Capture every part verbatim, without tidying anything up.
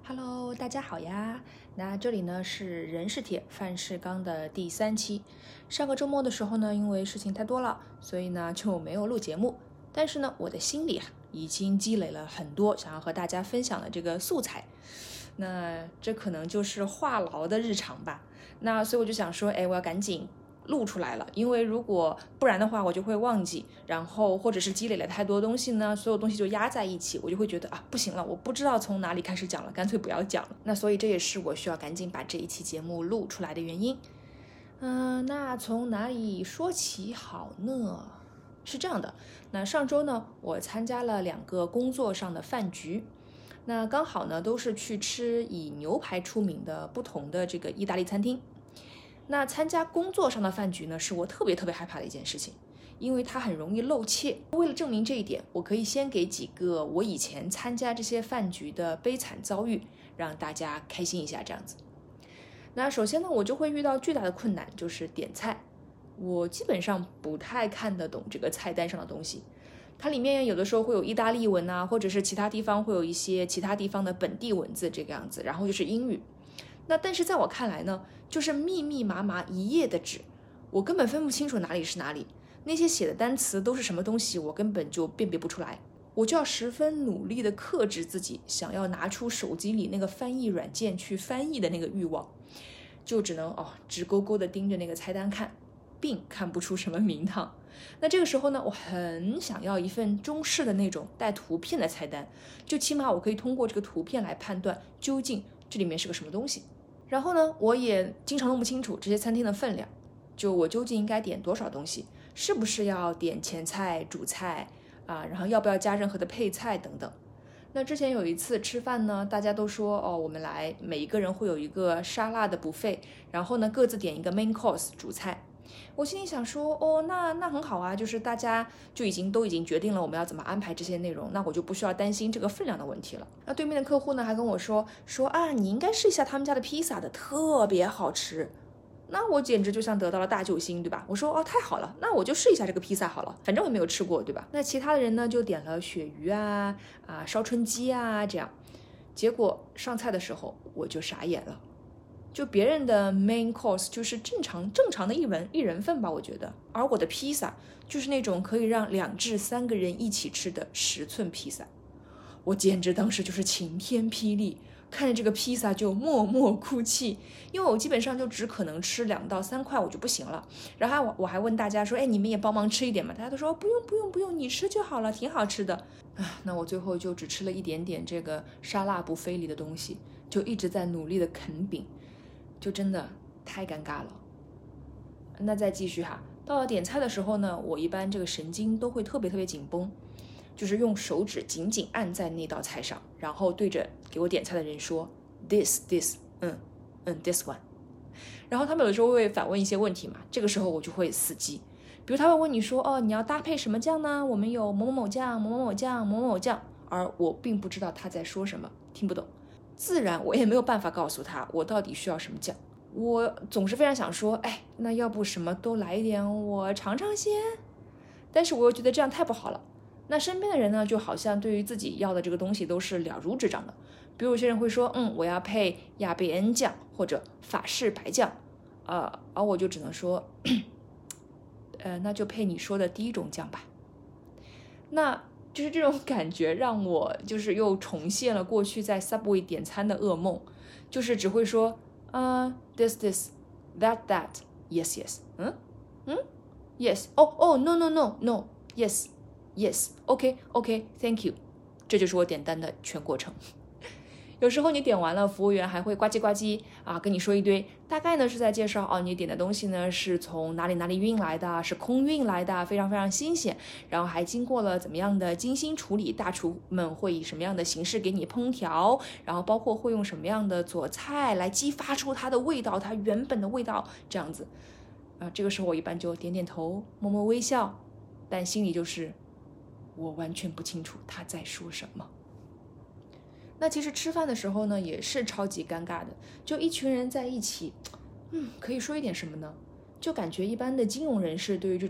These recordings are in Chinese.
Hello， 大家好呀。那这里呢是人是铁，饭是钢的第三期。上个周末的时候呢，因为事情太多了，所以呢就没有录节目。但是呢，我的心里啊已经积累了很多想要和大家分享的这个素材。那这可能就是话痨的日常吧。那所以我就想说，哎，我要赶紧录出来了，因为如果不然的话我就会忘记，然后或者是积累了太多东西呢，所有东西就压在一起，我就会觉得啊不行了，我不知道从哪里开始讲了，干脆不要讲了。那所以这也是我需要赶紧把这一期节目录出来的原因。嗯、呃，那从哪里说起好呢？是这样的，那上周呢我参加了两个工作上的饭局，那刚好呢都是去吃以牛排出名的不同的这个意大利餐厅。那参加工作上的饭局呢，是我特别特别害怕的一件事情，因为它很容易露怯。为了证明这一点，我可以先给几个我以前参加这些饭局的悲惨遭遇，让大家开心一下这样子。那首先呢，我就会遇到巨大的困难，就是点菜。我基本上不太看得懂这个菜单上的东西，它里面有的时候会有意大利文啊，或者是其他地方会有一些其他地方的本地文字这个样子，然后就是英语。那但是在我看来呢，就是密密麻麻一页的纸，我根本分不清楚哪里是哪里，那些写的单词都是什么东西，我根本就辨别不出来。我就要十分努力的克制自己想要拿出手机里那个翻译软件去翻译的那个欲望，就只能哦直勾勾的盯着那个菜单看，并看不出什么名堂。那这个时候呢，我很想要一份中式的那种带图片的菜单，就起码我可以通过这个图片来判断究竟这里面是个什么东西。然后呢，我也经常弄不清楚这些餐厅的分量，就我究竟应该点多少东西，是不是要点前菜、主菜啊，然后要不要加任何的配菜等等。那之前有一次吃饭呢，大家都说哦，我们来每一个人会有一个沙拉的 buffet， 然后呢各自点一个 main course 主菜。我心里想说，哦，那那很好啊，就是大家就已经都已经决定了我们要怎么安排这些内容，那我就不需要担心这个分量的问题了。那对面的客户呢还跟我说说啊，你应该试一下他们家的披萨的，特别好吃。那我简直就像得到了大救星，对吧？我说哦，太好了，那我就试一下这个披萨好了，反正我也没有吃过，对吧？那其他的人呢就点了鳕鱼啊啊烧春鸡啊这样，结果上菜的时候我就傻眼了。就别人的 main course 就是正常正常的一人一人份吧，我觉得，而我的披萨就是那种可以让两至三个人一起吃的十寸披萨，我简直当时就是晴天霹雳，看着这个披萨就默默哭泣，因为我基本上就只可能吃两到三块，我就不行了。然后我我还问大家说，哎，你们也帮忙吃一点嘛？大家都说不用不用不用，你吃就好了，挺好吃的。啊，那我最后就只吃了一点点这个沙拉布菲里的东西，就一直在努力的啃饼。就真的太尴尬了。那再继续哈，到了点菜的时候呢，我一般这个神经都会特别特别紧绷，就是用手指紧紧按在那道菜上，然后对着给我点菜的人说 this this 嗯嗯 this one。 然后他们有的时候会反问一些问题嘛，这个时候我就会死机。比如他会问你说，哦，你要搭配什么酱呢？我们有某某某酱、某某某酱、某某某酱，而我并不知道他在说什么，听不懂，自然我也没有办法告诉他我到底需要什么酱。我总是非常想说，哎，那要不什么都来一点，我尝尝先。但是我又觉得这样太不好了。那身边的人呢，就好像对于自己要的这个东西都是了如指掌的。比如有些人会说，嗯，我要配亚贝恩酱或者法式白酱，呃，而我就只能说，呃，那就配你说的第一种酱吧。那就是这种感觉让我就是又重现了过去在 Subway 点餐的噩梦，就是只会说呃、uh, this this that that yes yes 嗯嗯 yes oh oh no no no no yes yes okay okay thank you， 这就是我点单的全过程。有时候你点完了，服务员还会呱唧呱唧啊跟你说一堆，大概呢是在介绍哦，你点的东西呢是从哪里哪里运来的，是空运来的，非常非常新鲜，然后还经过了怎么样的精心处理，大厨们会以什么样的形式给你烹调，然后包括会用什么样的佐菜来激发出它的味道，它原本的味道这样子啊。这个时候我一般就点点头，默默微笑，但心里就是我完全不清楚他在说什么。那其实吃饭的时候呢，也是超级尴尬的，就一群人在一起，嗯，可以说一点什么呢？就感觉一般的金融人士对于这种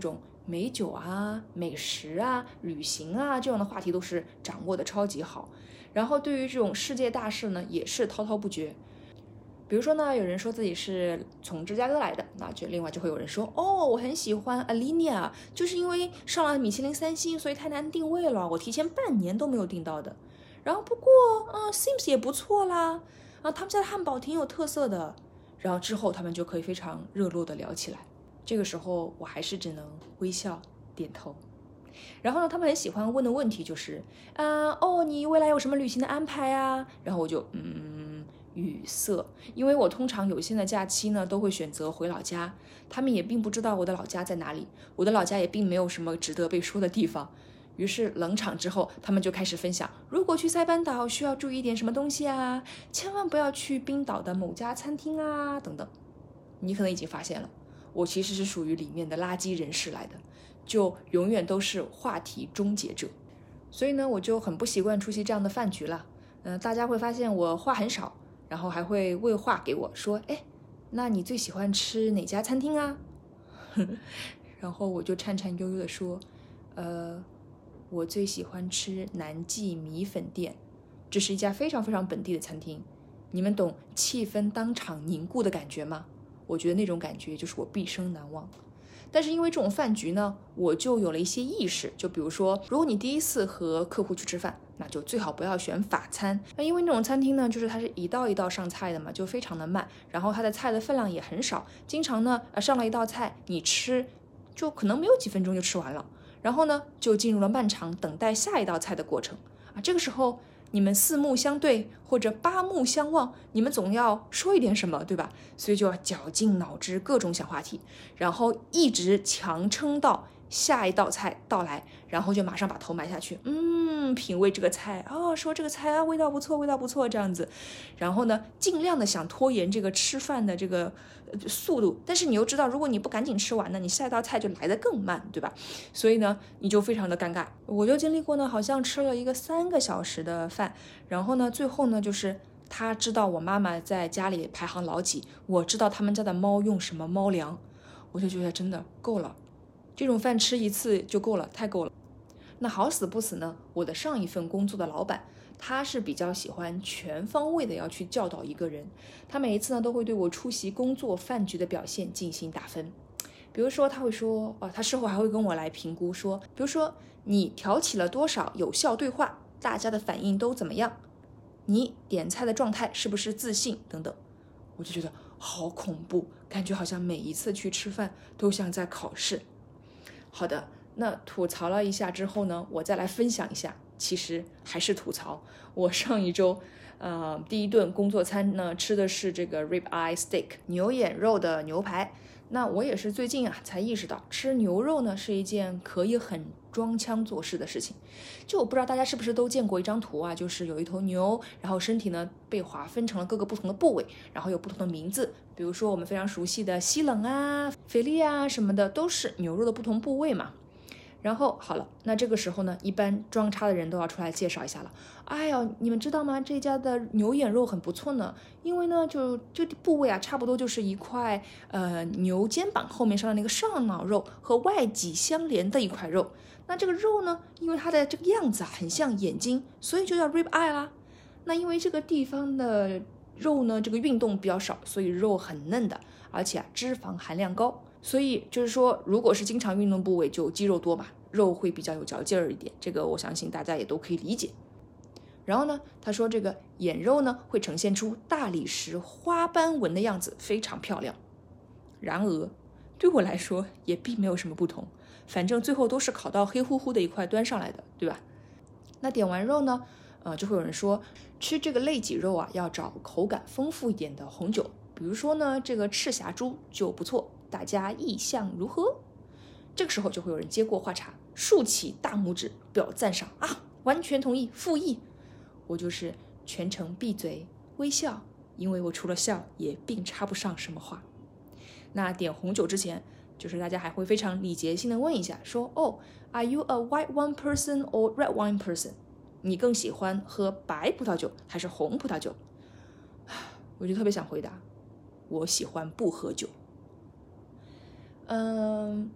美酒啊、美食啊、旅行啊这样的话题都是掌握的超级好。然后对于这种世界大事呢，也是滔滔不绝。比如说呢，有人说自己是从芝加哥来的，那就另外就会有人说，哦，我很喜欢 Alinea， 就是因为上了米其林三星，所以太难定位了，我提前半年都没有订到的。然后不过，嗯 ，Sims 也不错啦，啊，他们家的汉堡挺有特色的。然后之后他们就可以非常热络的聊起来。这个时候我还是只能微笑点头。然后呢，他们很喜欢问的问题就是，啊，哦，你未来有什么旅行的安排啊？然后我就嗯语塞，因为我通常有限的假期呢，都会选择回老家。他们也并不知道我的老家在哪里，我的老家也并没有什么值得被说的地方。于是冷场之后，他们就开始分享，如果去塞班岛需要注意点什么东西啊，千万不要去冰岛的某家餐厅啊，等等。你可能已经发现了，我其实是属于里面的垃圾人士来的，就永远都是话题终结者。所以呢，我就很不习惯出席这样的饭局了。嗯、呃，大家会发现我话很少，然后还会喂话给我说，哎，那你最喜欢吃哪家餐厅啊？然后我就颤颤悠悠的说，呃。我最喜欢吃南记米粉店，这是一家非常非常本地的餐厅。你们懂气氛当场凝固的感觉吗？我觉得那种感觉就是我毕生难忘。但是因为这种饭局呢，我就有了一些意识，就比如说，如果你第一次和客户去吃饭，那就最好不要选法餐。那因为那种餐厅呢，就是它是一道一道上菜的嘛，就非常的慢，然后它的菜的分量也很少，经常呢，呃，上了一道菜，你吃就可能没有几分钟就吃完了。然后呢，就进入了漫长等待下一道菜的过程啊。这个时候，你们四目相对或者八目相望，你们总要说一点什么，对吧？所以就要绞尽脑汁，各种想话题，然后一直强撑到下一道菜到来，然后就马上把头埋下去，嗯，品味这个菜啊、哦，说这个菜啊，味道不错，味道不错，这样子。然后呢，尽量的想拖延这个吃饭的这个速度，但是你又知道，如果你不赶紧吃完呢，你下一道菜就来得更慢，对吧？所以呢，你就非常的尴尬。我就经历过呢，好像吃了一个三个小时的饭，然后呢，最后呢，就是他知道我妈妈在家里排行老几，我知道他们家的猫用什么猫粮，我就觉得真的够了，这种饭吃一次就够了，太够了。那好死不死呢，我的上一份工作的老板，他是比较喜欢全方位的要去教导一个人，他每一次呢都会对我出席工作饭局的表现进行打分。比如说他会说，哦，他事后还会跟我来评估说，比如说你挑起了多少有效对话，大家的反应都怎么样，你点菜的状态是不是自信等等。我就觉得好恐怖，感觉好像每一次去吃饭都像在考试。好的，那吐槽了一下之后呢，我再来分享一下，其实还是吐槽。我上一周呃，第一顿工作餐呢，吃的是这个 rib eye steak 牛眼肉的牛排。那我也是最近啊才意识到，吃牛肉呢是一件可以很装腔作势的事情。就我不知道大家是不是都见过一张图啊，就是有一头牛，然后身体呢被划分成了各个不同的部位，然后有不同的名字，比如说我们非常熟悉的西冷啊、菲力啊什么的，都是牛肉的不同部位嘛。然后好了，那这个时候呢，一般装叉的人都要出来介绍一下了。哎呀，你们知道吗？这家的牛眼肉很不错呢，因为呢，就这部位啊，差不多就是一块呃牛肩膀后面上的那个上脑肉和外脊相连的一块肉。那这个肉呢，因为它的这个样子啊，很像眼睛，所以就叫 rib eye 啦。那因为这个地方的肉呢，这个运动比较少，所以肉很嫩的，而且啊脂肪含量高。所以就是说，如果是经常运动部位，就肌肉多嘛，肉会比较有嚼劲儿一点，这个我相信大家也都可以理解。然后呢，他说这个眼肉呢会呈现出大理石花斑纹的样子，非常漂亮。然而对我来说也并没有什么不同，反正最后都是烤到黑乎乎的一块端上来的，对吧？那点完肉呢，呃，就会有人说吃这个肋脊肉啊，要找口感丰富一点的红酒，比如说呢这个赤霞珠就不错。大家意向如何？这个时候就会有人接过话茬，竖起大拇指表赞赏啊，完全同意，复议。我就是全程闭嘴微笑，因为我除了笑也并插不上什么话。那点红酒之前，就是大家还会非常礼节性的问一下，说哦 ，Are you a white wine person or red wine person？ 你更喜欢喝白葡萄酒还是红葡萄酒？我就特别想回答，我喜欢不喝酒。嗯，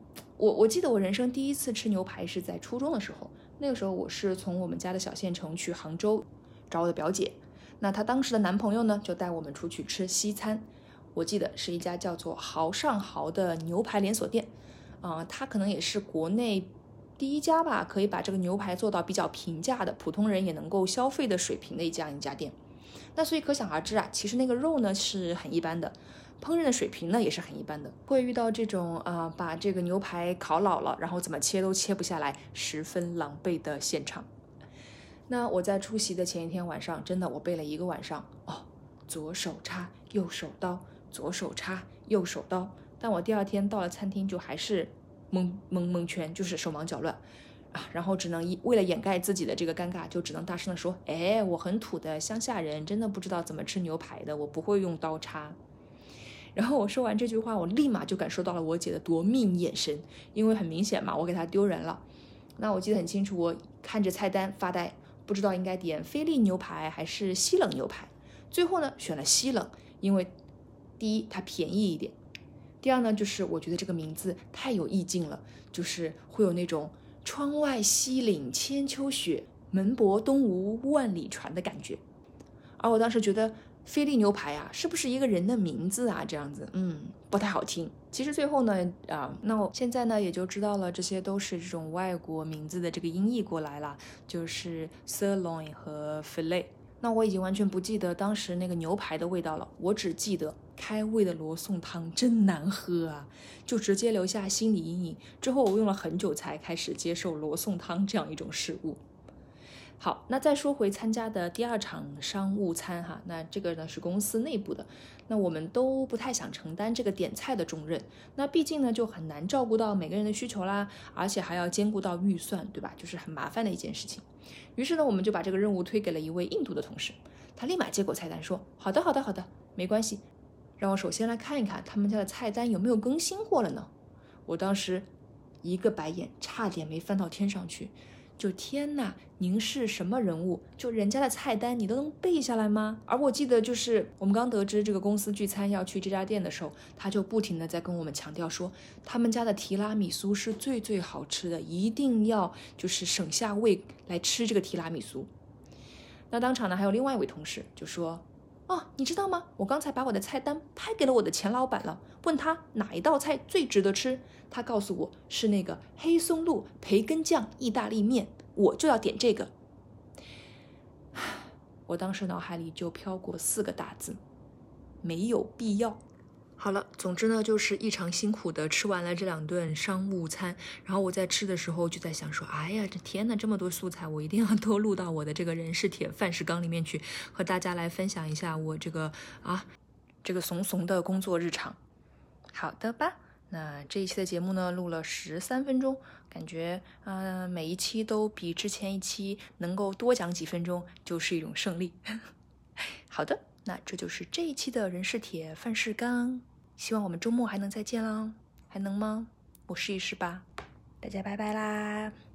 我我记得我人生第一次吃牛排是在初中的时候，那个时候我是从我们家的小县城去杭州找我的表姐，那她当时的男朋友呢就带我们出去吃西餐，我记得是一家叫做豪上豪的牛排连锁店，啊、呃，它可能也是国内第一家吧，可以把这个牛排做到比较平价的，普通人也能够消费的水平的一家一家店。那所以可想而知啊，其实那个肉呢是很一般的，烹饪的水平呢也是很一般的，会遇到这种啊、呃、把这个牛排烤老了，然后怎么切都切不下来，十分狼狈的现场。那我在出席的前一天晚上，真的我背了一个晚上哦，左手叉右手刀，左手叉右手刀，但我第二天到了餐厅就还是蒙蒙蒙圈，就是手忙脚乱。啊，然后只能为了掩盖自己的这个尴尬，就只能大声的说：“哎，我很土的乡下人，真的不知道怎么吃牛排的，我不会用刀叉。”然后我说完这句话，我立马就感受到了我姐的夺命眼神，因为很明显嘛，我给她丢人了。那我记得很清楚，我看着菜单发呆，不知道应该点菲力牛排还是西冷牛排。最后呢，选了西冷，因为第一它便宜一点，第二呢，就是我觉得这个名字太有意境了，就是会有那种窗外西岭千秋雪，门泊东吴万里船的感觉。而我当时觉得菲力牛排啊，是不是一个人的名字啊？这样子，嗯，不太好听。其实最后呢，啊，那我现在呢也就知道了，这些都是这种外国名字的这个音译过来了，就是 sirloin 和 filet。那我已经完全不记得当时那个牛排的味道了，我只记得开胃的罗宋汤真难喝啊，就直接留下心理阴影。之后我用了很久才开始接受罗宋汤这样一种食物。好，那再说回参加的第二场商务餐哈，那这个呢是公司内部的，那我们都不太想承担这个点菜的重任，那毕竟呢就很难照顾到每个人的需求啦，而且还要兼顾到预算，对吧？就是很麻烦的一件事情。于是呢，我们就把这个任务推给了一位印度的同事，他立马接过菜单说：“好的，好的，好的，没关系，让我首先来看一看他们家的菜单有没有更新过了呢。”我当时一个白眼差点没翻到天上去。就天哪，您是什么人物？就人家的菜单你都能背下来吗？而我记得就是我们刚得知这个公司聚餐要去这家店的时候，他就不停的在跟我们强调说，他们家的提拉米苏是最最好吃的，一定要就是省下胃来吃这个提拉米苏。那当场呢还有另外一位同事就说，哦，你知道吗？我刚才把我的菜单拍给了我的前老板了，问他哪一道菜最值得吃，他告诉我是那个黑松露培根酱意大利面，我就要点这个。我当时脑海里就飘过四个大字：没有必要。好了，总之呢，就是异常辛苦的吃完了这两顿商务餐，然后我在吃的时候就在想说，哎呀，这天哪，这么多素材，我一定要都录到我的这个人是铁饭食纲里面去，和大家来分享一下我这个啊这个怂怂的工作日常。好的吧，那这一期的节目呢，录了十三分钟，感觉呃每一期都比之前一期能够多讲几分钟，就是一种胜利。好的，那这就是这一期的人是铁饭食纲。希望我们周末还能再见啦，还能吗？我试一试吧。大家拜拜啦。